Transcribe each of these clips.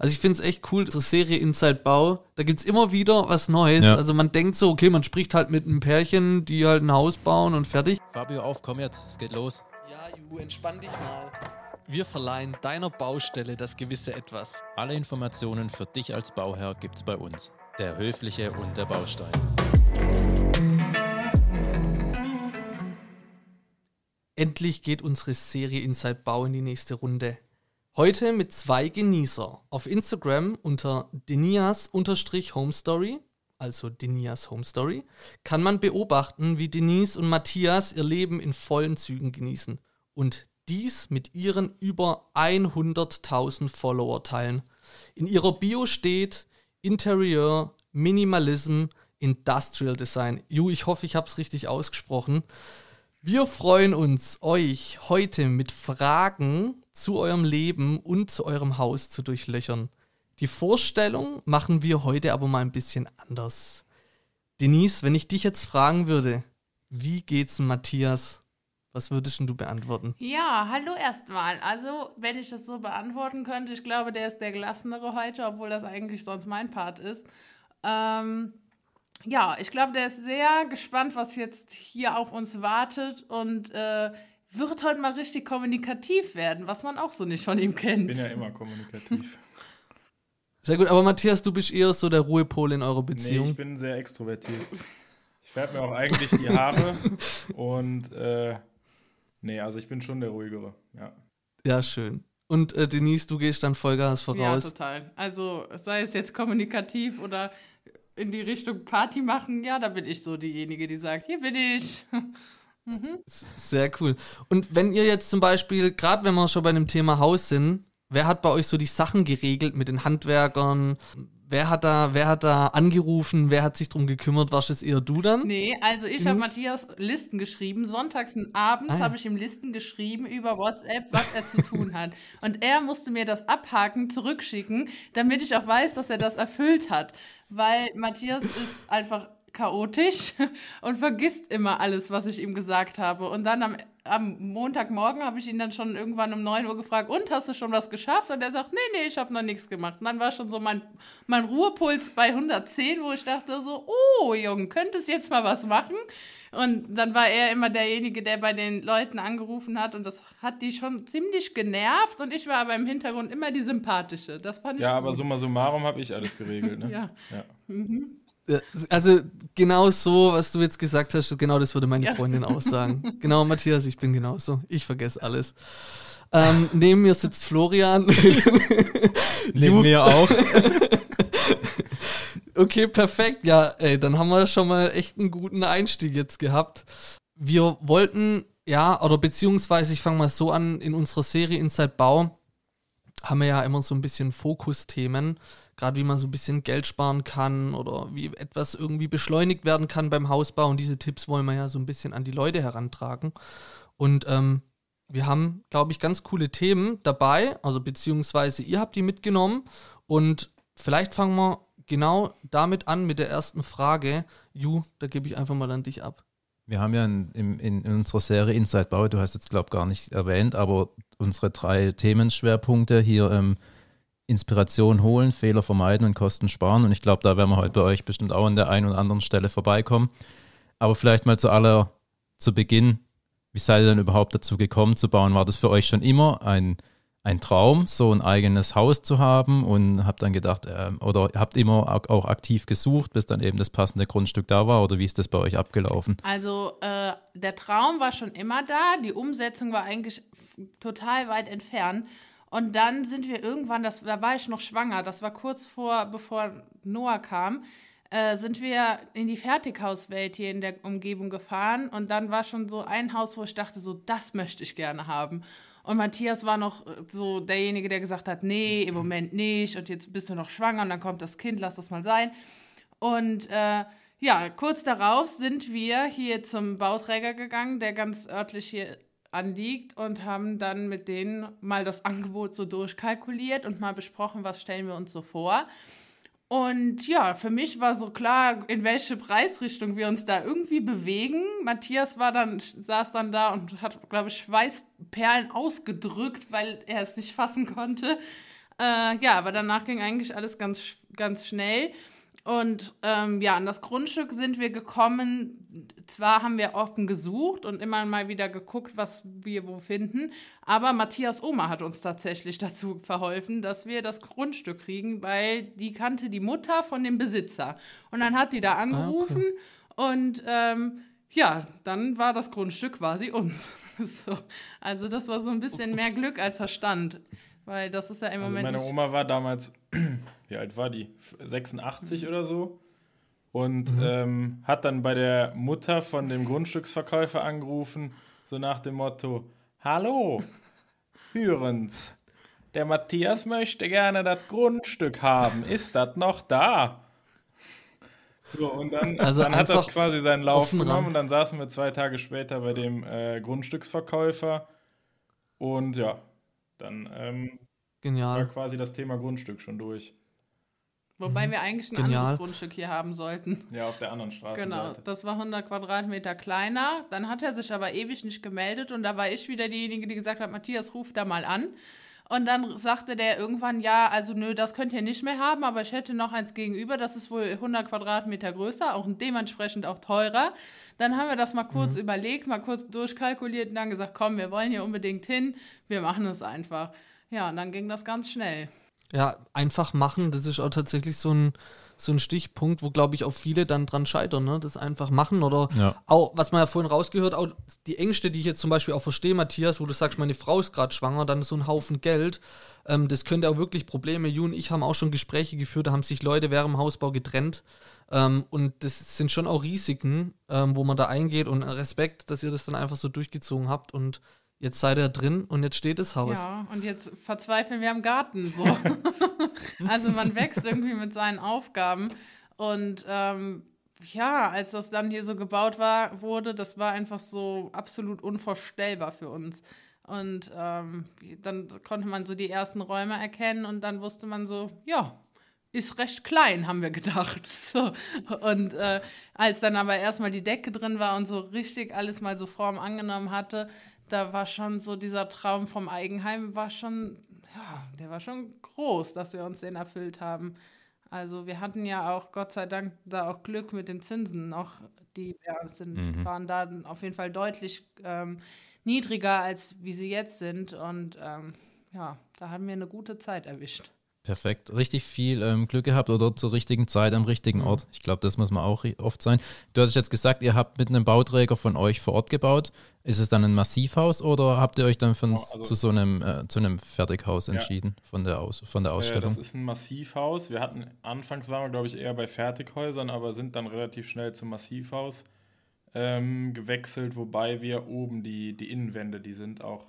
Also ich finde es echt cool, unsere Serie Inside Bau, da gibt es immer wieder was Neues. Ja. Also man denkt so, okay, man spricht halt mit einem Pärchen, die halt ein Haus bauen und fertig. Fabio, auf, komm jetzt, es geht los. Ja, Ju, entspann dich mal. Wir verleihen deiner Baustelle das gewisse Etwas. Alle Informationen für dich als Bauherr gibt's bei uns. Der Höfliche und der Baustein. Endlich geht unsere Serie Inside Bau in die nächste Runde. Heute mit 2 Genießer. Auf Instagram unter Denias_Homestory, also Denias Homestory, kann man beobachten, wie Denise und Matthias ihr Leben in vollen Zügen genießen. Und dies mit ihren über 100.000 Follower teilen. In ihrer Bio steht Interieur, Minimalism, Industrial Design. Ju, ich hoffe, ich habe es richtig ausgesprochen. Wir freuen uns, euch heute mit Fragen zu eurem Leben und zu eurem Haus zu durchlöchern. Die Vorstellung machen wir heute aber mal ein bisschen anders. Denise, wenn ich dich jetzt fragen würde, wie geht's Matthias? Was würdest du beantworten? Ja, hallo erstmal. Also, wenn ich das so beantworten könnte, ich glaube, der ist der gelassenere heute, obwohl das eigentlich sonst mein Part ist. Ja, ich glaube, der ist sehr gespannt, was jetzt hier auf uns wartet und wird heute mal richtig kommunikativ werden, was man auch so nicht von ihm kennt. Ich bin ja immer kommunikativ. Sehr gut, aber Matthias, du bist eher so der Ruhepol in eurer Beziehung. Nee, ich bin sehr extrovertiert. Ich färbe mir auch eigentlich die Haare und also ich bin schon der Ruhigere, ja. Ja, schön. Und Denise, du gehst dann Vollgas voraus. Ja, total. Also sei es jetzt kommunikativ oder in die Richtung Party machen, ja, da bin ich so diejenige, die sagt, hier bin ich. Sehr cool. Und wenn ihr jetzt zum Beispiel, gerade wenn wir schon bei dem Thema Haus sind, wer hat bei euch so die Sachen geregelt mit den Handwerkern? Wer hat da angerufen? Wer hat sich drum gekümmert? Warst es eher du dann? Nee, also ich habe Matthias Listen geschrieben. Sonntags abends habe ich ihm Listen geschrieben über WhatsApp, was er zu tun hat. Und er musste mir das abhaken, zurückschicken, damit ich auch weiß, dass er das erfüllt hat. Weil Matthias ist einfach chaotisch und vergisst immer alles, was ich ihm gesagt habe. Und dann am Montagmorgen habe ich ihn dann schon irgendwann um 9 Uhr gefragt, und, hast du schon was geschafft? Und er sagt, nee, ich habe noch nichts gemacht. Und dann war schon so mein Ruhepuls bei 110, wo ich dachte so, oh, Junge, könntest jetzt mal was machen? Und dann war er immer derjenige, der bei den Leuten angerufen hat, und das hat die schon ziemlich genervt, und ich war aber im Hintergrund immer die Sympathische. Das fand ich gut. Aber summa summarum habe ich alles geregelt, ne? Ja. Mhm. Also genau so, was du jetzt gesagt hast, genau das würde meine Freundin auch sagen. Genau, Matthias, ich bin genauso. Ich vergesse alles. Neben mir sitzt Florian. Neben mir auch. Okay, perfekt. Ja, dann haben wir schon mal echt einen guten Einstieg jetzt gehabt. Wir wollten, beziehungsweise ich fange mal so an, in unserer Serie Inside Bau haben wir ja immer so ein bisschen Fokusthemen, gerade wie man so ein bisschen Geld sparen kann oder wie etwas irgendwie beschleunigt werden kann beim Hausbau, und diese Tipps wollen wir ja so ein bisschen an die Leute herantragen. Und wir haben, glaube ich, ganz coole Themen dabei, also beziehungsweise ihr habt die mitgenommen, und vielleicht fangen wir genau damit an mit der ersten Frage. Ju, da gebe ich einfach mal an dich ab. Wir haben ja in unserer Serie Inside Bau, du hast jetzt, glaube ich, gar nicht erwähnt, aber unsere 3 Themenschwerpunkte hier, Inspiration holen, Fehler vermeiden und Kosten sparen. Und ich glaube, da werden wir heute bei euch bestimmt auch an der einen oder anderen Stelle vorbeikommen. Aber vielleicht mal zu Beginn, wie seid ihr denn überhaupt dazu gekommen zu bauen? War das für euch schon immer ein Traum, so ein eigenes Haus zu haben, und habt dann gedacht, oder habt immer auch aktiv gesucht, bis dann eben das passende Grundstück da war, oder wie ist das bei euch abgelaufen? Also der Traum war schon immer da, die Umsetzung war eigentlich total weit entfernt, und dann sind wir irgendwann, da war ich noch schwanger, das war bevor Noah kam, sind wir in die Fertighauswelt hier in der Umgebung gefahren, und dann war schon so ein Haus, wo ich dachte, so, das möchte ich gerne haben. Und Matthias war noch so derjenige, der gesagt hat, nee, im Moment nicht, und jetzt bist du noch schwanger und dann kommt das Kind, lass das mal sein. Und kurz darauf sind wir hier zum Bauträger gegangen, der ganz örtlich hier anliegt, und haben dann mit denen mal das Angebot so durchkalkuliert und mal besprochen, was stellen wir uns so vor. Und ja, für mich war so klar, in welche Preisrichtung wir uns da irgendwie bewegen. Matthias saß dann da und hat, glaube ich, Schweißperlen ausgedrückt, weil er es nicht fassen konnte, Ja, aber danach ging eigentlich alles ganz, ganz schnell. Und an das Grundstück sind wir gekommen. Zwar haben wir offen gesucht und immer mal wieder geguckt, was wir wo finden, aber Matthias Oma hat uns tatsächlich dazu verholfen, dass wir das Grundstück kriegen, weil die kannte die Mutter von dem Besitzer. Und dann hat die da angerufen und dann war das Grundstück quasi uns. So. Also das war so ein bisschen mehr Glück als Verstand. Weil das ist ja im Moment. Meine Oma war damals, wie alt war die? 86 oder so. Und hat dann bei der Mutter von dem Grundstücksverkäufer angerufen, so nach dem Motto: Hallo, hören's, der Matthias möchte gerne das Grundstück haben. Ist das noch da? So, und dann hat das quasi seinen Lauf genommen und dann saßen wir 2 Tage später bei dem Grundstücksverkäufer und ja. Dann war quasi das Thema Grundstück schon durch. Wobei wir eigentlich ein anderes Grundstück hier haben sollten. Ja, auf der anderen Straße. Genau, das war 100 Quadratmeter kleiner. Dann hat er sich aber ewig nicht gemeldet und da war ich wieder diejenige, die gesagt hat, Matthias, ruf da mal an. Und dann sagte der irgendwann, ja, also nö, das könnt ihr nicht mehr haben, aber ich hätte noch eins gegenüber, das ist wohl 100 Quadratmeter größer, auch dementsprechend auch teurer. Dann haben wir das mal kurz überlegt, mal kurz durchkalkuliert und dann gesagt, komm, wir wollen hier unbedingt hin, wir machen es einfach. Ja, und dann ging das ganz schnell. Ja, einfach machen, das ist auch tatsächlich so ein Stichpunkt, wo, glaube ich, auch viele dann dran scheitern, ne? Das einfach machen oder auch, was man ja vorhin rausgehört, auch die Ängste, die ich jetzt zum Beispiel auch verstehe, Matthias, wo du sagst, meine Frau ist gerade schwanger, dann ist so ein Haufen Geld, das könnte auch wirklich Probleme, Ju und ich haben auch schon Gespräche geführt, da haben sich Leute während dem Hausbau getrennt und das sind schon auch Risiken, wo man da eingeht und Respekt, dass ihr das dann einfach so durchgezogen habt und jetzt seid ihr drin und jetzt steht das Haus. Ja, und jetzt verzweifeln wir am Garten so. Also man wächst irgendwie mit seinen Aufgaben. Und als das dann hier so gebaut wurde, das war einfach so absolut unvorstellbar für uns. Und dann konnte man so die ersten Räume erkennen und dann wusste man so, ja, ist recht klein, haben wir gedacht. So. Und als dann aber erstmal die Decke drin war und so richtig alles mal so Form angenommen hatte, da war schon so dieser Traum vom Eigenheim, der war schon groß, dass wir uns den erfüllt haben. Also wir hatten ja auch, Gott sei Dank, da auch Glück mit den Zinsen noch. Die waren da auf jeden Fall deutlich niedriger, als wie sie jetzt sind. Und da haben wir eine gute Zeit erwischt. Perfekt. Richtig viel Glück gehabt oder zur richtigen Zeit am richtigen Ort. Ich glaube, das muss man auch oft sein. Du hast jetzt gesagt, ihr habt mit einem Bauträger von euch vor Ort gebaut. Ist es dann ein Massivhaus oder habt ihr euch dann zu so einem Fertighaus entschieden von der Ausstellung? Das ist ein Massivhaus. Anfangs waren wir, glaube ich, eher bei Fertighäusern, aber sind dann relativ schnell zum Massivhaus gewechselt, wobei wir oben die Innenwände, die sind auch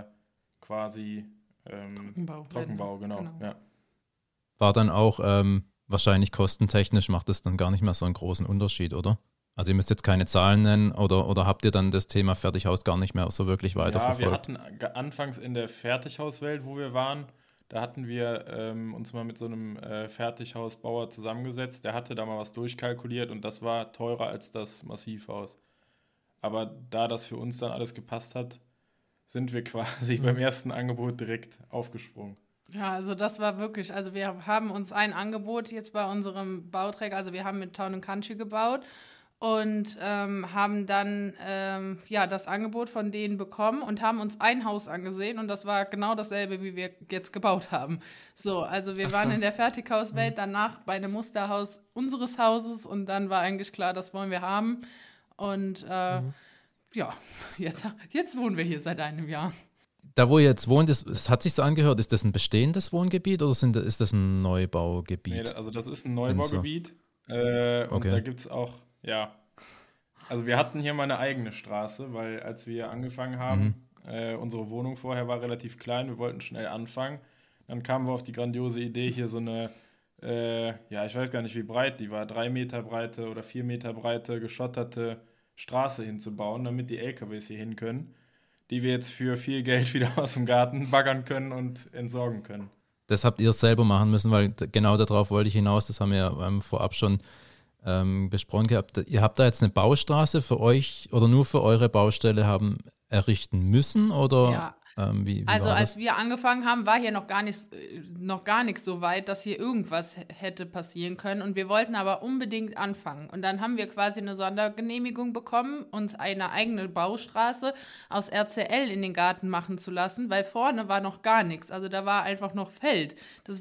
quasi Trockenbau, genau. Ja. War dann auch wahrscheinlich kostentechnisch macht es dann gar nicht mehr so einen großen Unterschied, oder? Also ihr müsst jetzt keine Zahlen nennen oder habt ihr dann das Thema Fertighaus gar nicht mehr so wirklich weiterverfolgt? Ja, wir hatten anfangs in der Fertighauswelt, wo wir waren, da hatten wir uns mal mit so einem Fertighausbauer zusammengesetzt, der hatte da mal was durchkalkuliert und das war teurer als das Massivhaus. Aber da das für uns dann alles gepasst hat, sind wir quasi beim ersten Angebot direkt aufgesprungen. Ja, also das war wirklich, also wir haben uns ein Angebot jetzt bei unserem Bauträger, also wir haben mit Town & Country gebaut und haben dann das Angebot von denen bekommen und haben uns ein Haus angesehen und das war genau dasselbe, wie wir jetzt gebaut haben. So, also wir waren in der Fertighauswelt, danach bei einem Musterhaus unseres Hauses und dann war eigentlich klar, das wollen wir haben und jetzt wohnen wir hier seit einem Jahr. Da, wo ihr jetzt wohnt, es hat sich so angehört, ist das ein bestehendes Wohngebiet oder ist das ein Neubaugebiet? Nee, also das ist ein Neubaugebiet. Und da gibt es auch, also wir hatten hier mal eine eigene Straße, weil als wir angefangen haben, unsere Wohnung vorher war relativ klein, wir wollten schnell anfangen. Dann kamen wir auf die grandiose Idee, hier so eine, ich weiß gar nicht wie breit die war, 3 Meter breite oder 4 Meter breite geschotterte Straße hinzubauen, damit die LKWs hier hin können, die wir jetzt für viel Geld wieder aus dem Garten baggern können und entsorgen können. Das habt ihr selber machen müssen, weil genau darauf wollte ich hinaus, das haben wir vorab schon besprochen gehabt. Ihr habt da jetzt eine Baustraße für euch oder nur für eure Baustelle haben errichten müssen, oder? Ja, Wie Also war als das? wir angefangen haben, war hier noch gar nichts so weit, dass hier irgendwas hätte passieren können. Und wir wollten aber unbedingt anfangen. Und dann haben wir quasi eine Sondergenehmigung bekommen, uns eine eigene Baustraße aus RCL in den Garten machen zu lassen, weil vorne war noch gar nichts. Also da war einfach noch Feld.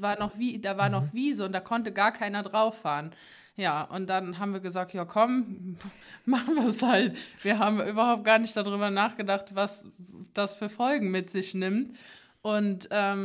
Da war noch Wiese und da konnte gar keiner drauf fahren. Ja, und dann haben wir gesagt, ja komm, machen wir es halt. Wir haben überhaupt gar nicht darüber nachgedacht, was das für Folgen mit sich nimmt. Und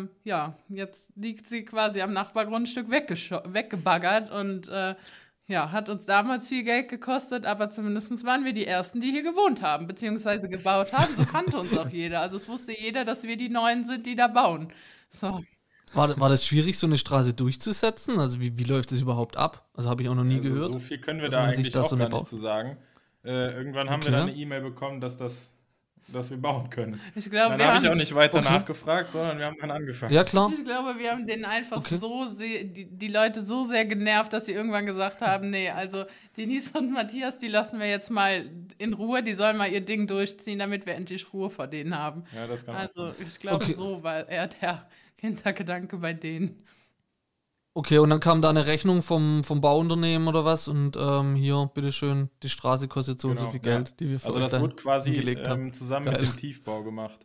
jetzt liegt sie quasi am Nachbargrundstück weggebaggert und hat uns damals viel Geld gekostet, aber zumindest waren wir die Ersten, die hier gewohnt haben, beziehungsweise gebaut haben. So kannte uns auch jeder. Also es wusste jeder, dass wir die Neuen sind, die da bauen. So. War das schwierig, so eine Straße durchzusetzen? Also wie läuft das überhaupt ab? Also habe ich auch noch nie Also gehört. so viel können wir dass da man sich eigentlich da auch so gar eine nicht zu sagen. Irgendwann haben wir Okay. dann eine E-Mail bekommen, dass wir bauen können. Ich glaube, Dann wir habe ich auch haben, nicht weiter Okay. nachgefragt, sondern wir haben dann angefangen. Ja, klar. ich glaube, wir haben denen einfach Okay. die Leute so sehr genervt, dass sie irgendwann gesagt haben, nee, also Denise und Matthias, die lassen wir jetzt mal in Ruhe, die sollen mal ihr Ding durchziehen, damit wir endlich Ruhe vor denen haben. Ja, das kann auch Also sein. ich glaube, Okay. so war eher der Hintergedanke bei denen. Okay, und dann kam da eine Rechnung vom Bauunternehmen oder was und hier, bitteschön, die Straße kostet so und so Genau, viel ja. Geld, die wir für Also euch das da wurde quasi hingelegt haben. zusammen Geil. mit dem Tiefbau gemacht.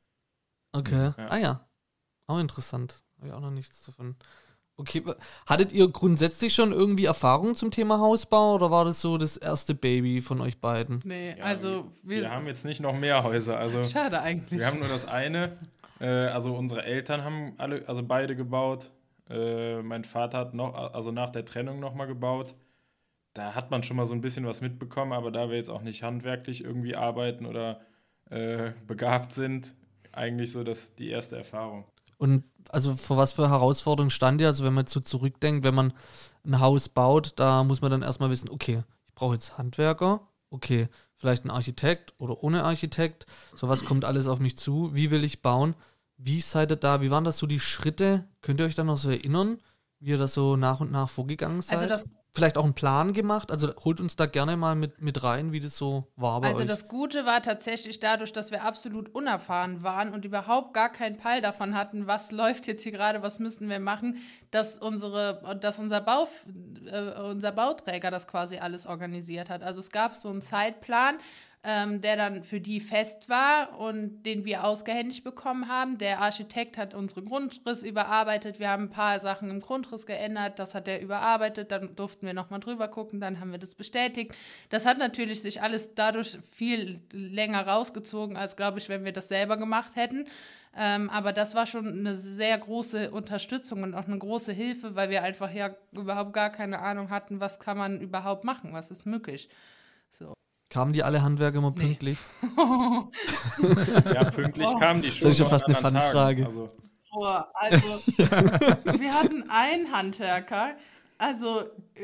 Okay, Ja. ah ja, auch interessant. Habe ich auch noch nichts davon. Okay, hattet ihr grundsätzlich schon irgendwie Erfahrung zum Thema Hausbau oder war das so das erste Baby von euch beiden? Nee, Ja, also wir haben jetzt nicht noch mehr Häuser. Also schade eigentlich. wir haben nur das eine. Also unsere Eltern haben beide gebaut. Mein Vater hat nach der Trennung nochmal gebaut. Da hat man schon mal so ein bisschen was mitbekommen, aber da wir jetzt auch nicht handwerklich irgendwie arbeiten oder begabt sind, eigentlich so die erste Erfahrung. Und also vor was für Herausforderungen stand ihr? Also wenn man jetzt so zurückdenkt, wenn man ein Haus baut, da muss man dann erstmal wissen, okay, ich brauche jetzt Handwerker, okay, vielleicht ein Architekt oder ohne Architekt, sowas kommt alles auf mich zu, wie will ich bauen? Wie seid ihr da, wie waren das so die Schritte? Könnt ihr euch da noch so erinnern, wie ihr da so nach und nach vorgegangen seid? Also das Vielleicht auch einen Plan gemacht? Also holt uns da gerne mal mit rein, wie das so war bei Also euch. das Gute war tatsächlich dadurch, dass wir absolut unerfahren waren und überhaupt gar keinen Peil davon hatten, was läuft jetzt hier gerade, was müssten wir machen, dass unser Bauträger das quasi alles organisiert hat. Also es gab so einen Zeitplan, der dann für die fest war und den wir ausgehändigt bekommen haben. Der Architekt hat unseren Grundriss überarbeitet. Wir haben ein paar Sachen im Grundriss geändert. Das hat er überarbeitet. Dann durften wir nochmal drüber gucken. Dann haben wir das bestätigt. Das hat natürlich sich alles dadurch viel länger rausgezogen, als, glaube ich, wenn wir das selber gemacht hätten. Aber das war schon eine sehr große Unterstützung und auch eine große Hilfe, weil wir einfach ja überhaupt gar keine Ahnung hatten, was kann man überhaupt machen, was ist möglich. So. Kamen die alle Handwerker immer pünktlich? Ja, pünktlich kamen die schon. Das ist ja noch fast an eine anderen Fangfrage. Tagen. Also, Wir hatten einen Handwerker, also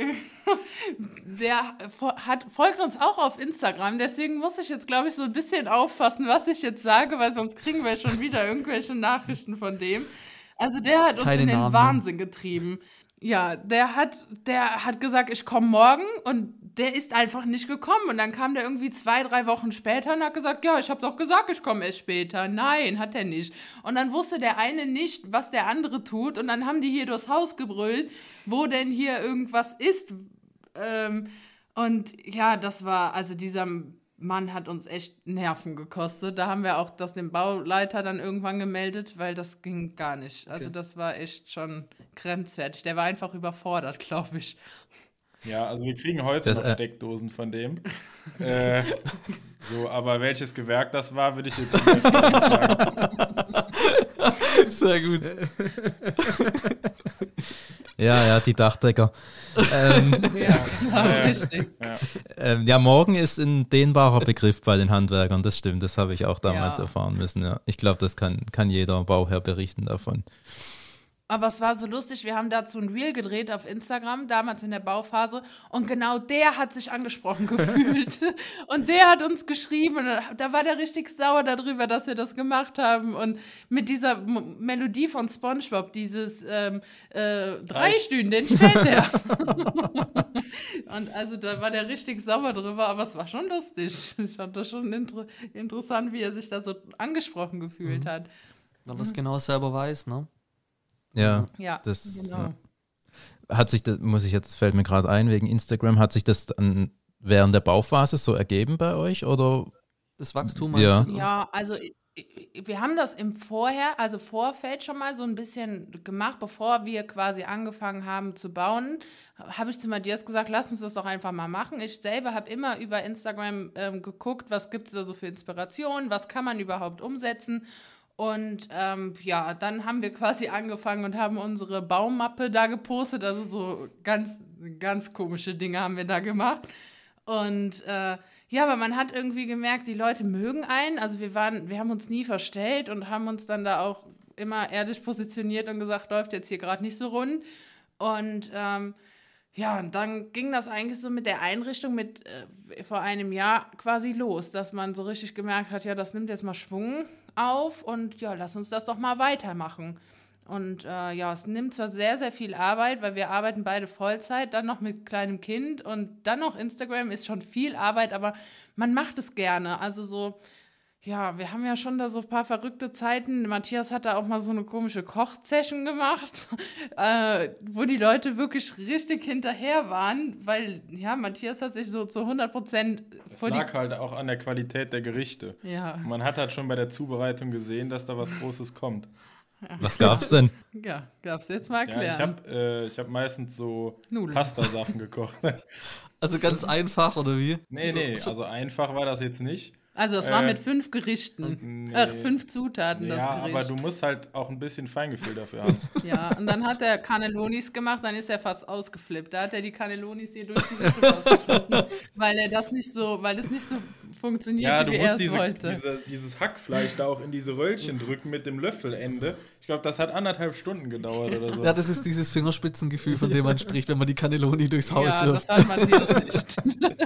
der folgt uns auch auf Instagram, deswegen muss ich jetzt, glaube ich, so ein bisschen aufpassen, was ich jetzt sage, weil sonst kriegen wir schon wieder irgendwelche Nachrichten von dem. Also der hat uns Keine in den Namen. Wahnsinn getrieben. Ja, der hat gesagt, ich komme morgen und der ist einfach nicht gekommen. Und dann kam der irgendwie 2-3 Wochen später und hat gesagt, ja, ich habe doch gesagt, ich komme erst später. Nein, hat er nicht. Und dann wusste der eine nicht, was der andere tut. Und dann haben die hier durchs Haus gebrüllt, wo denn hier irgendwas ist. Und ja, das war, also dieser Mann hat uns echt Nerven gekostet. Da haben wir auch den Bauleiter dann irgendwann gemeldet, weil das ging gar nicht. Also das war echt schon grenzwertig. Der war einfach überfordert, glaube ich. ja, also wir kriegen heute Das, noch Steckdosen von dem. Aber welches Gewerk das war, würde ich jetzt nicht sagen. Sehr gut. Ja, die Dachdecker. Ja, genau, richtig. Ja, morgen ist ein dehnbarer Begriff bei den Handwerkern, das stimmt, das habe ich auch damals Ja. erfahren müssen. Ja. Ich glaube, das kann jeder Bauherr berichten davon. Aber es war so lustig, wir haben dazu ein Reel gedreht auf Instagram, damals in der Bauphase, und genau der hat sich angesprochen gefühlt. Und der hat uns geschrieben, und da war der richtig sauer darüber, dass wir das gemacht haben. Und mit dieser Melodie von SpongeBob, dieses 3 Stunden später. Und also da war der richtig sauer drüber, aber es war schon lustig. Ich fand das schon interessant, wie er sich da so angesprochen gefühlt hat. Weil er es genau selber weiß, ne? Ja, Ja, das genau. hat sich das, fällt mir gerade ein, wegen Instagram, hat sich das dann während der Bauphase so ergeben bei euch oder? Das Wachstum Ja. meinst du, oder? Ja, also wir haben das im Vorfeld schon mal so ein bisschen gemacht, bevor wir quasi angefangen haben zu bauen, habe ich zu Matthias gesagt, lass uns das doch einfach mal machen. Ich selber habe immer über Instagram geguckt, was gibt es da so für Inspirationen, was kann man überhaupt umsetzen. Und ja, dann haben wir quasi angefangen und haben unsere Baumappe da gepostet, also so ganz, ganz komische Dinge haben wir da gemacht. Und ja, aber man hat irgendwie gemerkt, die Leute mögen einen. Also wir haben uns nie verstellt und haben uns dann da auch immer ehrlich positioniert und gesagt, läuft jetzt hier gerade nicht so rund. Und ja, und dann ging das eigentlich so mit der Einrichtung vor einem Jahr quasi los, dass man so richtig gemerkt hat, ja, das nimmt jetzt mal Schwung auf und ja, lass uns das doch mal weitermachen. Und ja, es nimmt zwar sehr, sehr viel Arbeit, weil wir arbeiten beide Vollzeit, dann noch mit kleinem Kind und dann noch Instagram ist schon viel Arbeit, aber man macht es gerne. Also so, ja, wir haben ja schon da so ein paar verrückte Zeiten. Matthias hat da auch mal so eine komische Kochsession gemacht, wo die Leute wirklich richtig hinterher waren, weil, ja, Matthias hat sich so zu 100% Es lag halt auch an der Qualität der Gerichte. Ja, Man hat halt schon bei der Zubereitung gesehen, dass da was Großes kommt. Was gab's denn? ja, darfst du jetzt mal Ja, erklären. ich hab meistens so Nudeln. Pasta-Sachen gekocht. Also ganz einfach, oder wie? Nee, also einfach war das jetzt nicht. Also es war mit 5 Gerichten. Nee. 5 Zutaten, das Ja, Gericht. aber du musst halt auch ein bisschen Feingefühl dafür haben. Ja, und dann hat er Cannellonis gemacht, dann ist er fast ausgeflippt. Da hat er die Cannellonis hier durch diese Tür ausgeschmissen, weil es nicht so funktioniert, Ja, du wie er musst es wollte. dieses Hackfleisch da auch in diese Röllchen drücken mit dem Löffelende. Ich glaube, das hat 1,5 Stunden gedauert oder so. Ja, das ist dieses Fingerspitzengefühl, von dem man spricht, wenn man die Cannelloni durchs Haus Ja, wirft. das hat Matthias nicht.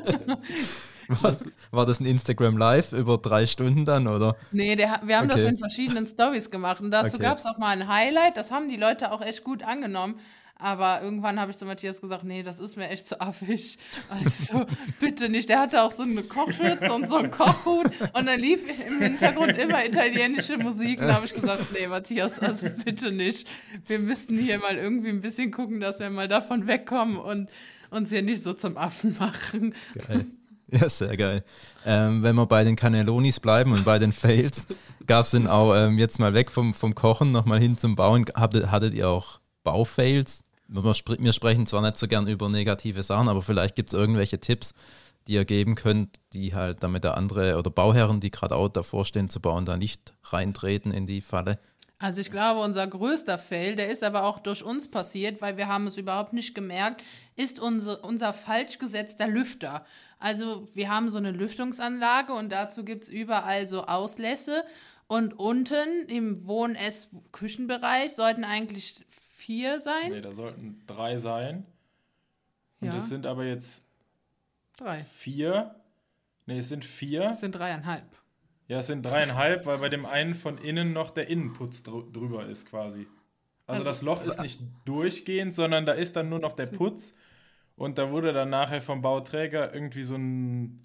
War das ein Instagram Live über 3 Stunden dann, oder? Nee, wir haben das Okay. in verschiedenen Stories gemacht und dazu Okay. gab es auch mal ein Highlight, das haben die Leute auch echt gut angenommen, aber irgendwann habe ich zu Matthias gesagt, nee, das ist mir echt zu affig, also bitte nicht, der hatte auch so eine Kochschürze und so einen Kochhut und dann lief im Hintergrund immer italienische Musik und da habe ich gesagt, nee, Matthias, also bitte nicht, wir müssen hier mal irgendwie ein bisschen gucken, dass wir mal davon wegkommen und uns hier nicht so zum Affen machen. Geil. Ja, sehr geil. Wenn wir bei den Cannellonis bleiben und bei den Fails, gab es denn auch jetzt mal weg vom Kochen nochmal hin zum Bauen, hattet ihr auch Baufails? Wir sprechen zwar nicht so gern über negative Sachen, aber vielleicht gibt es irgendwelche Tipps, die ihr geben könnt, die halt damit der andere oder Bauherren, die gerade auch davor stehen zu bauen, da nicht reintreten in die Falle. Also ich glaube, unser größter Fail, der ist aber auch durch uns passiert, weil wir haben es überhaupt nicht gemerkt, ist unser falsch gesetzter Lüfter. Also wir haben so eine Lüftungsanlage und dazu gibt es überall so Auslässe und unten im Wohn-Ess-Küchenbereich sollten eigentlich 4 sein. Nee, da sollten 3 sein. Und Ja. es sind aber jetzt 3. 4. Nee, es sind 4. Das sind 3,5. Ja, es sind 3,5, weil bei dem einen von innen noch der Innenputz drüber ist quasi. Also das Loch ist nicht durchgehend, sondern da ist dann nur noch der Putz und da wurde dann nachher vom Bauträger irgendwie so ein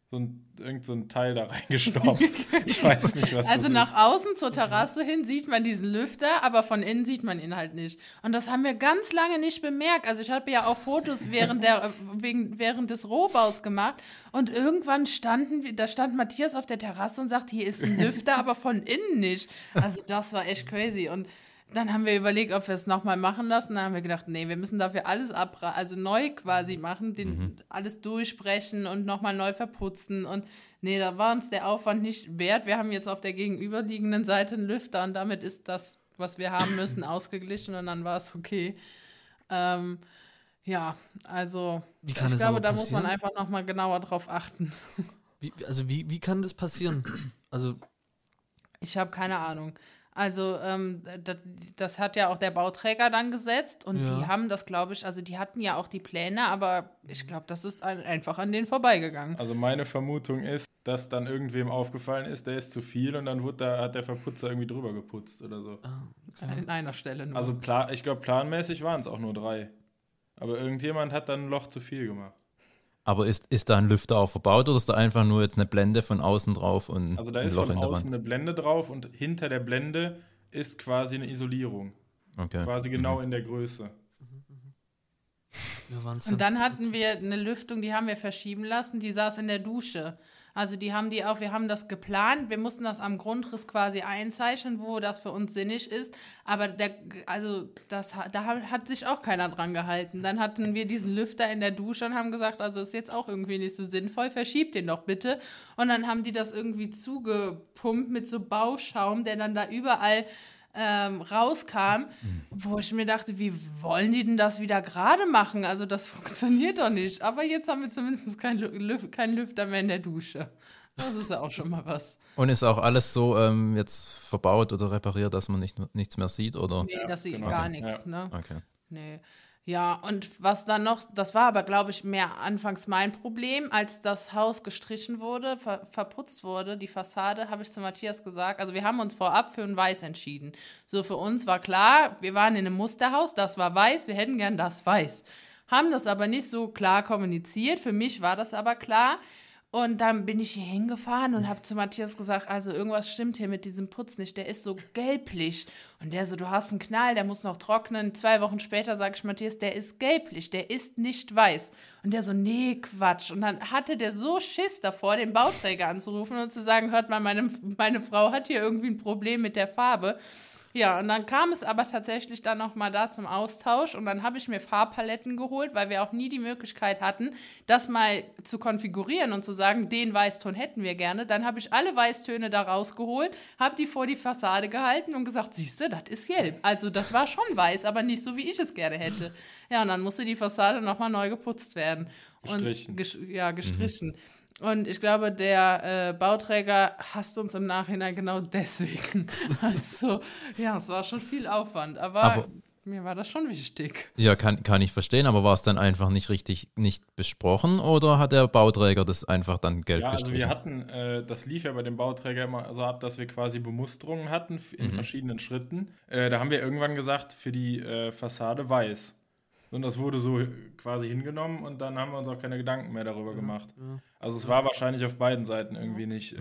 Teil da reingestopft. Ich weiß nicht, was Also das nach außen zur Terrasse hin sieht man diesen Lüfter, aber von innen sieht man ihn halt nicht. Und das haben wir ganz lange nicht bemerkt. Also ich habe ja auch Fotos während des Rohbaus gemacht und irgendwann da stand Matthias auf der Terrasse und sagt, hier ist ein Lüfter, aber von innen nicht. Also das war echt crazy. Und dann haben wir überlegt, ob wir es nochmal machen lassen. Dann haben wir gedacht, nee, wir müssen dafür alles also neu quasi machen, alles durchbrechen und nochmal neu verputzen. Und nee, da war uns der Aufwand nicht wert. Wir haben jetzt auf der gegenüberliegenden Seite einen Lüfter und damit ist das, was wir haben müssen, ausgeglichen und dann war es okay. Ja, also Wie kann ich das glaube, aber da muss man passieren? einfach nochmal genauer drauf achten. Wie kann das passieren? Also, Ich habe keine Ahnung. Also das hat ja auch der Bauträger dann gesetzt und Ja. die haben das, glaube ich, also die hatten ja auch die Pläne, aber ich glaube, das ist einfach an denen vorbeigegangen. Also meine Vermutung ist, dass dann irgendwem aufgefallen ist, der ist zu viel und dann hat der Verputzer irgendwie drüber geputzt oder so. An einer Stelle nur. Also ich glaube, planmäßig waren es auch nur 3. Aber irgendjemand hat dann ein Loch zu viel gemacht. Aber ist da ein Lüfter auch verbaut oder ist da einfach nur jetzt eine Blende von außen drauf und Also da ein ist Loch von in der außen Wand? eine Blende drauf und hinter der Blende ist quasi eine Isolierung. Okay. Quasi genau in der Größe. Ja, Wahnsinn. Und dann hatten wir eine Lüftung, die haben wir verschieben lassen, die saß in der Dusche. Also wir haben das geplant, wir mussten das am Grundriss quasi einzeichnen, wo das für uns sinnig ist, aber da hat sich auch keiner dran gehalten. Dann hatten wir diesen Lüfter in der Dusche und haben gesagt, also ist jetzt auch irgendwie nicht so sinnvoll, verschiebt den doch bitte. Und dann haben die das irgendwie zugepumpt mit so Bauschaum, der dann da überall rauskam, wo ich mir dachte, wie wollen die denn das wieder gerade machen? Also das funktioniert doch nicht. Aber jetzt haben wir zumindest keinen Lüfter mehr in der Dusche. Das ist ja auch schon mal was. Und ist auch alles so jetzt verbaut oder repariert, dass man nichts mehr sieht? Oder? Nee, das sieht genau. gar Okay. nichts, Ja. ne? Okay. Nee. Ja, und was dann noch, das war aber, glaube ich, mehr anfangs mein Problem, als das Haus gestrichen wurde, verputzt wurde, die Fassade, habe ich zu Matthias gesagt, also wir haben uns vorab für ein Weiß entschieden. So, für uns war klar, wir waren in einem Musterhaus, das war weiß, wir hätten gern das Weiß. Haben das aber nicht so klar kommuniziert, für mich war das aber klar. Und dann bin ich hier hingefahren und habe zu Matthias gesagt, also irgendwas stimmt hier mit diesem Putz nicht, der ist so gelblich. Und der so, du hast einen Knall, der muss noch trocknen. 2 Wochen später sage ich Matthias, der ist gelblich, der ist nicht weiß. Und der so, nee, Quatsch. Und dann hatte der so Schiss davor, den Bauträger anzurufen und zu sagen, hört mal, meine Frau hat hier irgendwie ein Problem mit der Farbe. Ja, und dann kam es aber tatsächlich dann nochmal da zum Austausch und dann habe ich mir Farbpaletten geholt, weil wir auch nie die Möglichkeit hatten, das mal zu konfigurieren und zu sagen, den Weißton hätten wir gerne. Dann habe ich alle Weißtöne da rausgeholt, habe die vor die Fassade gehalten und gesagt, siehst du, das ist gelb. Also das war schon weiß, aber nicht so, wie ich es gerne hätte. Ja, und dann musste die Fassade nochmal neu geputzt werden. Gestrichen. Und gestrichen. Und ich glaube, der Bauträger hasst uns im Nachhinein genau deswegen. Also, ja, es war schon viel Aufwand, aber mir war das schon wichtig. Ja, kann ich verstehen, aber war es dann einfach nicht besprochen oder hat der Bauträger das einfach dann gelb Ja, also gestrichen? wir hatten, das lief ja bei dem Bauträger immer so ab, dass wir quasi Bemusterungen hatten in verschiedenen Schritten. Da haben wir irgendwann gesagt, für die Fassade weiß. Und das wurde so quasi hingenommen und dann haben wir uns auch keine Gedanken mehr darüber gemacht. Ja. Also es war wahrscheinlich auf beiden Seiten irgendwie nicht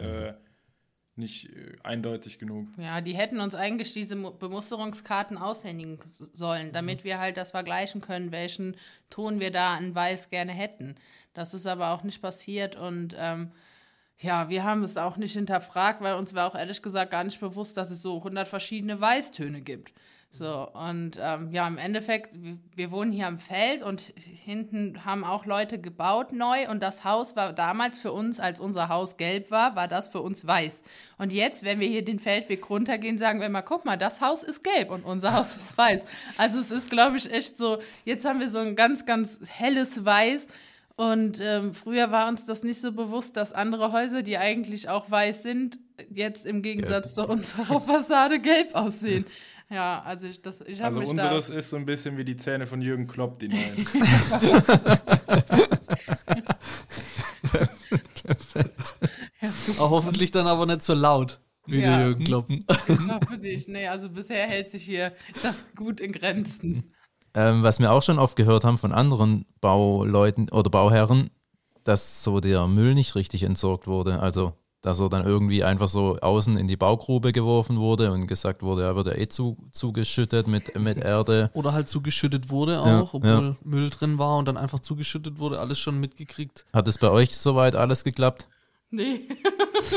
eindeutig genug. Ja, die hätten uns eigentlich diese Bemusterungskarten aushändigen sollen, damit wir halt das vergleichen können, welchen Ton wir da an Weiß gerne hätten. Das ist aber auch nicht passiert und ja, wir haben es auch nicht hinterfragt, weil uns war auch ehrlich gesagt gar nicht bewusst, dass es so 100 verschiedene Weißtöne gibt. So, und ja, im Endeffekt, wir wohnen hier am Feld und hinten haben auch Leute gebaut neu und das Haus war damals für uns, als unser Haus gelb war das für uns weiß. Und jetzt, wenn wir hier den Feldweg runtergehen, sagen wir mal, guck mal, das Haus ist gelb und unser Haus ist weiß. Also es ist, glaube ich, echt so, jetzt haben wir so ein ganz, ganz helles Weiß und früher war uns das nicht so bewusst, dass andere Häuser, die eigentlich auch weiß sind, jetzt im Gegensatz zu unserer Fassade gelb aussehen. Ja, also ich habe Also mich unseres ist so ein bisschen wie die Zähne von Jürgen Klopp, die neuen. Auch hoffentlich dann aber nicht so laut wie Ja. der Jürgen Klopp. für dich. Nee, also bisher hält sich hier das gut in Grenzen. Was wir auch schon oft gehört haben von anderen Bauleuten oder Bauherren, dass so der Müll nicht richtig entsorgt wurde. Also, dass er dann irgendwie einfach so außen in die Baugrube geworfen wurde und gesagt wurde, er wird ja zugeschüttet mit Erde. Oder halt zugeschüttet wurde Ja, auch, obwohl Müll drin war und dann einfach zugeschüttet wurde, alles schon mitgekriegt. Hat es bei euch soweit alles geklappt? Nee.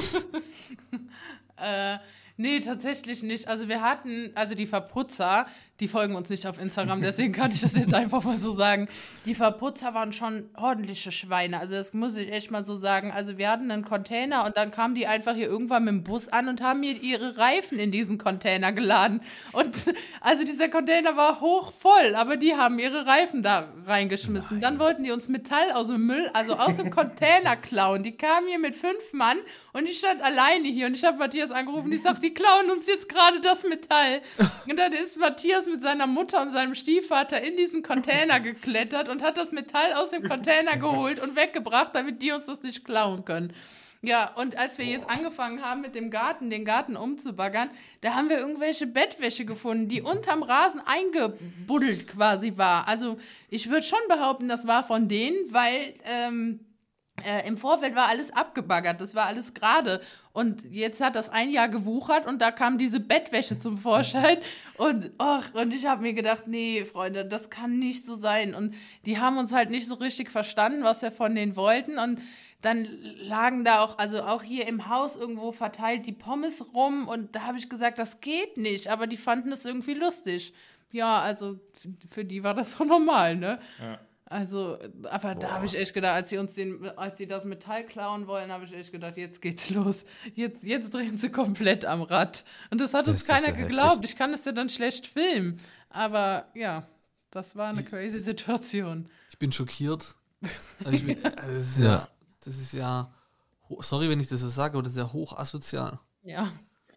Nee, tatsächlich nicht. Also wir hatten, also die Verputzer, die folgen uns nicht auf Instagram, deswegen kann ich das jetzt einfach mal so sagen. Die Verputzer waren schon ordentliche Schweine, also das muss ich echt mal so sagen. Also wir hatten einen Container und dann kamen die einfach hier irgendwann mit dem Bus an und haben mir ihre Reifen in diesen Container geladen. Und also dieser Container war hochvoll, aber die haben ihre Reifen da reingeschmissen. Dann wollten die uns Metall aus dem Müll, also aus dem Container klauen. Die kamen hier mit 5 Mann und ich stand alleine hier und ich habe Matthias angerufen, ich sage, die klauen uns jetzt gerade das Metall. Und dann ist Matthias mit seiner Mutter und seinem Stiefvater in diesen Container geklettert und hat das Metall aus dem Container geholt und weggebracht, damit die uns das nicht klauen können. Ja, und als wir jetzt angefangen haben mit dem Garten, den Garten umzubaggern, da haben wir irgendwelche Bettwäsche gefunden, die unterm Rasen eingebuddelt quasi war. Also ich würde schon behaupten, das war von denen, weil im Vorfeld war alles abgebaggert, das war alles gerade. Und jetzt hat das ein Jahr gewuchert und da kam diese Bettwäsche zum Vorschein. Und ich habe mir gedacht, nee, Freunde, das kann nicht so sein. Und die haben uns halt nicht so richtig verstanden, was wir von denen wollten. Und dann lagen da auch, also auch hier im Haus irgendwo verteilt die Pommes rum. Und da habe ich gesagt, das geht nicht. Aber die fanden es irgendwie lustig. Ja, also für die war das so normal, ne? Ja. Also, aber da habe ich echt gedacht, als sie das Metall klauen wollen, habe ich echt gedacht, jetzt geht's los. Jetzt drehen sie komplett am Rad. Und das hat uns keiner geglaubt. Heftig. Ich kann das ja dann schlecht filmen. Aber ja, das war eine crazy Situation. Ich bin schockiert. Also das ist ja, sorry, wenn ich das so sage, aber das ist ja hoch asozial. Ja.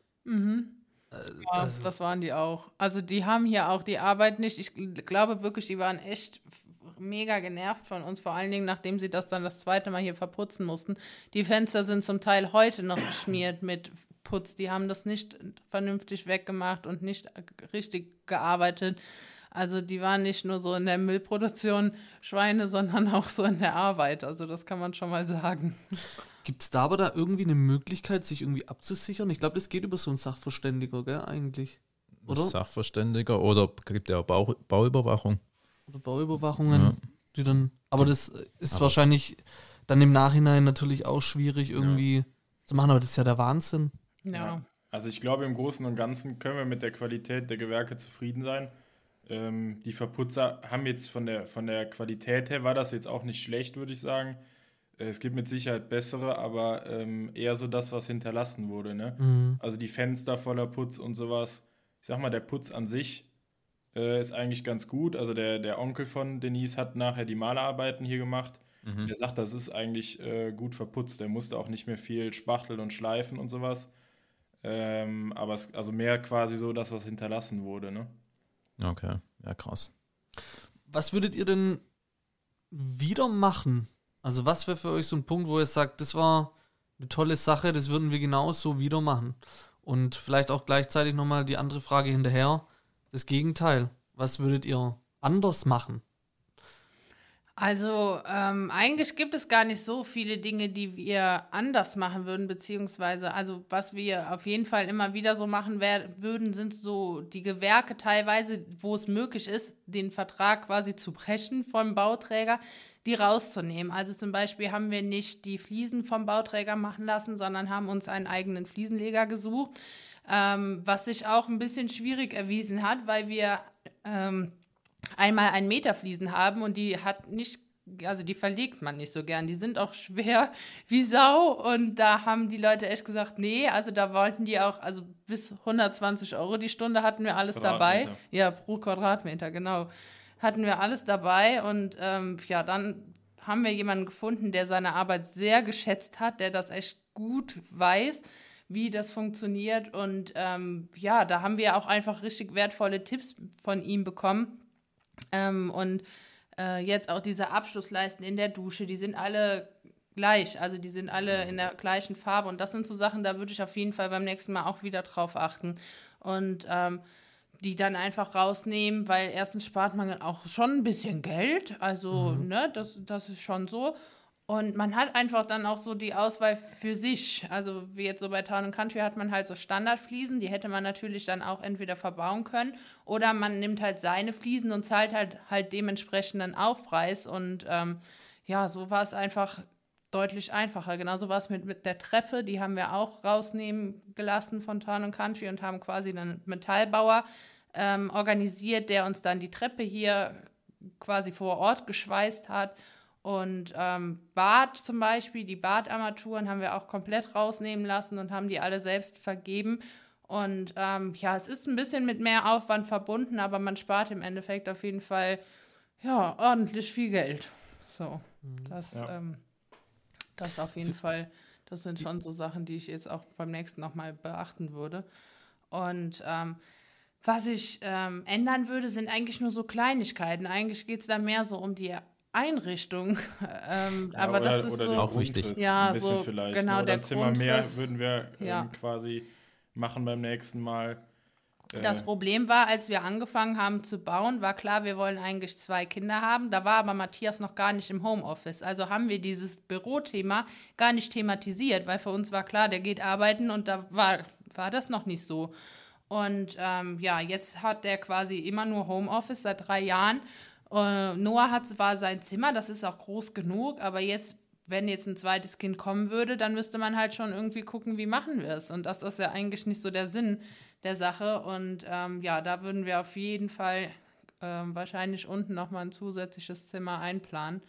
Ja, das waren die auch. Also die haben hier auch die Arbeit nicht. Ich glaube wirklich, die waren echt mega genervt von uns, vor allen Dingen, nachdem sie das dann das zweite Mal hier verputzen mussten. Die Fenster sind zum Teil heute noch beschmiert mit Putz. Die haben das nicht vernünftig weggemacht und nicht richtig gearbeitet. Also die waren nicht nur so in der Müllproduktion Schweine, sondern auch so in der Arbeit. Also das kann man schon mal sagen. Gibt es da aber da irgendwie eine Möglichkeit, sich irgendwie abzusichern? Ich glaube, das geht über so einen Sachverständiger, gell, eigentlich. Oder? Sachverständiger oder gibt ja auch Bauüberwachung. Oder Bauüberwachungen, die dann. Aber das ist wahrscheinlich dann im Nachhinein natürlich auch schwierig irgendwie zu machen, aber das ist ja der Wahnsinn. Ja. Also ich glaube, im Großen und Ganzen können wir mit der Qualität der Gewerke zufrieden sein. Die Verputzer haben jetzt von der Qualität her, war das jetzt auch nicht schlecht, würde ich sagen. Es gibt mit Sicherheit bessere, aber eher so das, was hinterlassen wurde, ne? Mhm. Also die Fenster voller Putz und sowas. Ich sag mal, der Putz an sich ist eigentlich ganz gut. Also der Onkel von Denise hat nachher die Malerarbeiten hier gemacht. Mhm. Der sagt, das ist eigentlich gut verputzt. Der musste auch nicht mehr viel spachteln und schleifen und sowas. Aber also mehr quasi so das, was hinterlassen wurde, ne? Okay, ja krass. Was würdet ihr denn wieder machen? Also was wäre für euch so ein Punkt, wo ihr sagt, das war eine tolle Sache, das würden wir genauso wieder machen? Und vielleicht auch gleichzeitig nochmal die andere Frage hinterher, das Gegenteil. Was würdet ihr anders machen? Also eigentlich gibt es gar nicht so viele Dinge, die wir anders machen würden, beziehungsweise, also was wir auf jeden Fall immer wieder so machen würden, sind so die Gewerke teilweise, wo es möglich ist, den Vertrag quasi zu brechen vom Bauträger, die rauszunehmen. Also zum Beispiel haben wir nicht die Fliesen vom Bauträger machen lassen, sondern haben uns einen eigenen Fliesenleger gesucht, was sich auch ein bisschen schwierig erwiesen hat, weil wir einmal 1 Meter Fliesen haben und die verlegt man nicht so gern. Die sind auch schwer wie Sau und da haben die Leute echt gesagt, nee, also da wollten die auch, also bis 120 € die Stunde hatten wir alles dabei. Ja, pro Quadratmeter, genau. Hatten wir alles dabei und dann haben wir jemanden gefunden, der seine Arbeit sehr geschätzt hat, der das echt gut weiß, wie das funktioniert und da haben wir auch einfach richtig wertvolle Tipps von ihm bekommen. Jetzt auch diese Abschlussleisten in der Dusche, die sind alle gleich, also die sind alle in der gleichen Farbe und das sind so Sachen, da würde ich auf jeden Fall beim nächsten Mal auch wieder drauf achten und die dann einfach rausnehmen, weil erstens spart man auch schon ein bisschen Geld, also das ist schon so. Und man hat einfach dann auch so die Auswahl für sich. Also wie jetzt so bei Town & Country hat man halt so Standardfliesen, die hätte man natürlich dann auch entweder verbauen können oder man nimmt halt seine Fliesen und zahlt halt dementsprechend einen Aufpreis. Und so war es einfach deutlich einfacher. Genauso war es mit der Treppe, die haben wir auch rausnehmen gelassen von Town & Country und haben quasi dann Metallbauer organisiert, der uns dann die Treppe hier quasi vor Ort geschweißt hat. Und Bad zum Beispiel, die Badarmaturen haben wir auch komplett rausnehmen lassen und haben die alle selbst vergeben. Und es ist ein bisschen mit mehr Aufwand verbunden, aber man spart im Endeffekt auf jeden Fall ordentlich viel Geld. So, das auf jeden Fall, das sind schon so Sachen, die ich jetzt auch beim nächsten nochmal beachten würde. Und was ich ändern würde, sind eigentlich nur so Kleinigkeiten. Eigentlich geht es da mehr so um die Einrichtung. Aber das ist oder so auch wichtig. Ja, ein bisschen so vielleicht. genau, Oder der ein Zimmer mehr Grundriss. würden wir quasi machen beim nächsten Mal. Das Problem war, als wir angefangen haben zu bauen, war klar, wir wollen eigentlich 2 Kinder haben. Da war aber Matthias noch gar nicht im Homeoffice. Also haben wir dieses Bürothema gar nicht thematisiert, weil für uns war klar, der geht arbeiten und da war das noch nicht so. Und jetzt hat der quasi immer nur Homeoffice seit 3 Jahren. Noah war sein Zimmer, das ist auch groß genug, aber jetzt, wenn jetzt ein zweites Kind kommen würde, dann müsste man halt schon irgendwie gucken, wie machen wir es. Und das ist ja eigentlich nicht so der Sinn der Sache. Und da würden wir auf jeden Fall wahrscheinlich unten nochmal ein zusätzliches Zimmer einplanen,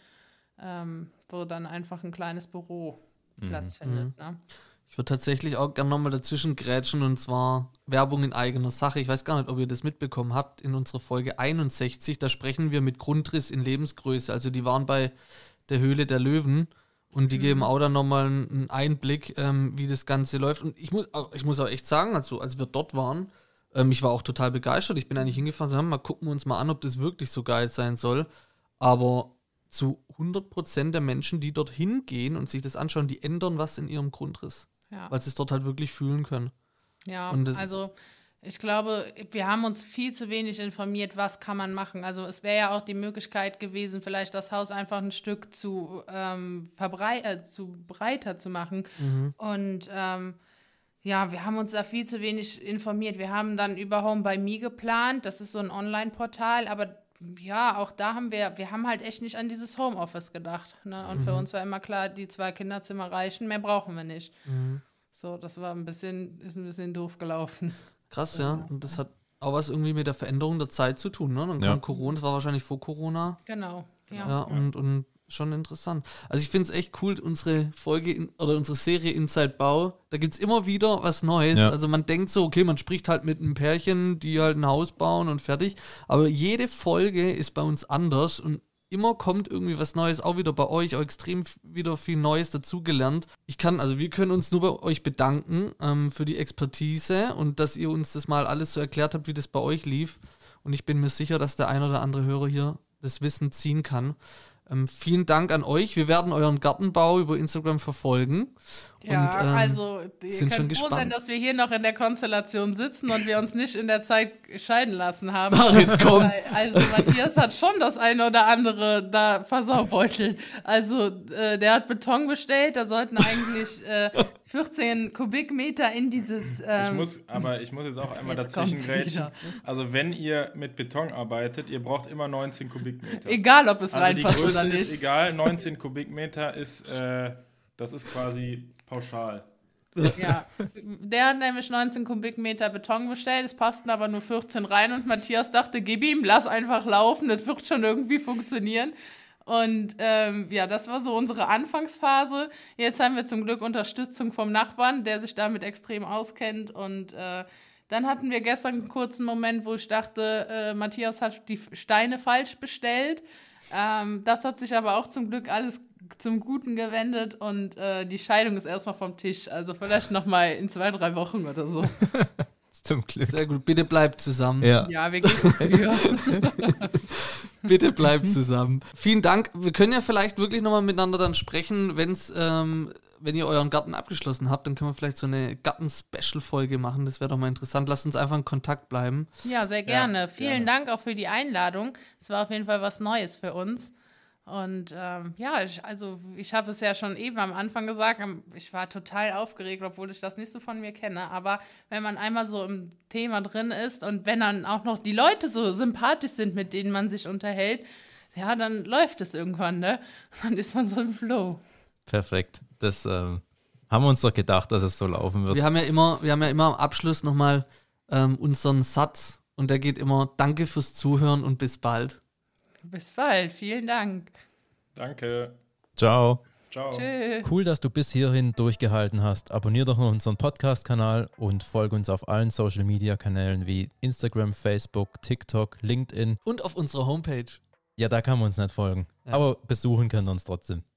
wo dann einfach ein kleines Büro Platz findet. Ne? Ich würde tatsächlich auch gerne nochmal dazwischen grätschen, und zwar Werbung in eigener Sache. Ich weiß gar nicht, ob ihr das mitbekommen habt. In unserer Folge 61, da sprechen wir mit Grundriss in Lebensgröße. Also die waren bei der Höhle der Löwen und die geben auch dann nochmal einen Einblick, wie das Ganze läuft. Und ich muss auch echt sagen, also als wir dort waren, ich war auch total begeistert. Ich bin eigentlich hingefahren und gesagt, mal gucken wir uns mal an, ob das wirklich so geil sein soll. Aber zu 100% der Menschen, die dorthin gehen und sich das anschauen, die ändern was in ihrem Grundriss. Ja. Weil sie es dort halt wirklich fühlen können. Ja, Und das also ich glaube, wir haben uns viel zu wenig informiert, was kann man machen. Also es wäre ja auch die Möglichkeit gewesen, vielleicht das Haus einfach ein Stück zu breiter zu machen. Und wir haben uns da viel zu wenig informiert. Wir haben dann über Home by Me geplant. Das ist so ein Online-Portal, aber auch da haben wir haben halt echt nicht an dieses Homeoffice gedacht. Ne? Und für uns war immer klar, die 2 Kinderzimmer reichen, mehr brauchen wir nicht. So, das ist ein bisschen doof gelaufen. Krass, ja. Und das hat auch was irgendwie mit der Veränderung der Zeit zu tun, ne? Dann kam Corona, das war wahrscheinlich vor Corona. Genau, Ja, und schon interessant. Also ich finde es echt cool, unsere Folge oder unsere Serie Inside Bau, da gibt es immer wieder was Neues. Ja. Also man denkt so, okay, man spricht halt mit einem Pärchen, die halt ein Haus bauen und fertig. Aber jede Folge ist bei uns anders und immer kommt irgendwie was Neues, auch wieder bei euch, auch extrem wieder viel Neues dazugelernt. Wir können uns nur bei euch bedanken für die Expertise und dass ihr uns das mal alles so erklärt habt, wie das bei euch lief. Und ich bin mir sicher, dass der ein oder andere Hörer hier das Wissen ziehen kann. Vielen Dank an euch. Wir werden euren Gartenbau über Instagram verfolgen. Ja, und, also ihr sind schon könnt froh sein, gespannt. dass wir hier noch in der Konstellation sitzen und wir uns nicht in der Zeit scheiden lassen haben. Ach, jetzt komm. Also Matthias hat schon das eine oder andere da versaubeutelt. Also der hat Beton bestellt, da sollten eigentlich 14 Kubikmeter in dieses... Ich muss jetzt auch einmal Jetzt dazwischen kommt's grätschen. wieder. Also wenn ihr mit Beton arbeitet, ihr braucht immer 19 Kubikmeter. Egal, ob es Also die reinpasst Größe oder ist nicht. egal, 19 Kubikmeter ist, das ist quasi pauschal. Ja, der hat nämlich 19 Kubikmeter Beton bestellt, es passten aber nur 14 rein und Matthias dachte, gib ihm, lass einfach laufen, das wird schon irgendwie funktionieren. Und das war so unsere Anfangsphase. Jetzt haben wir zum Glück Unterstützung vom Nachbarn, der sich damit extrem auskennt. Und dann hatten wir gestern einen kurzen Moment, wo ich dachte, Matthias hat die Steine falsch bestellt. Das hat sich aber auch zum Glück alles zum Guten gewendet und die Scheidung ist erstmal vom Tisch. Also vielleicht nochmal in 2-3 Wochen oder so. Zum Glück. Sehr gut, bitte bleibt zusammen. Ja. Ja, wir gehen für. Bitte bleibt zusammen. Vielen Dank. Wir können ja vielleicht wirklich nochmal miteinander dann sprechen, wenn ihr euren Garten abgeschlossen habt, dann können wir vielleicht so eine Garten-Special-Folge machen. Das wäre doch mal interessant. Lasst uns einfach in Kontakt bleiben. Ja, sehr gerne. Ja, Vielen gerne. Dank auch für die Einladung. Es war auf jeden Fall was Neues für uns. Und ich habe es ja schon eben am Anfang gesagt, ich war total aufgeregt, obwohl ich das nicht so von mir kenne. Aber wenn man einmal so im Thema drin ist und wenn dann auch noch die Leute so sympathisch sind, mit denen man sich unterhält, ja, dann läuft es irgendwann, ne? Dann ist man so im Flow. Perfekt. Das haben wir uns doch gedacht, dass es so laufen wird. Wir haben ja immer am Abschluss nochmal unseren Satz Und der geht immer: Danke fürs Zuhören und bis bald. Bis bald. Vielen Dank. Danke. Ciao. Ciao. Tschüss. Cool, dass du bis hierhin durchgehalten hast. Abonnier doch noch unseren Podcast-Kanal und folge uns auf allen Social-Media-Kanälen wie Instagram, Facebook, TikTok, LinkedIn. Und auf unserer Homepage. Ja, da kann man uns nicht folgen. Ja. Aber besuchen können wir uns trotzdem.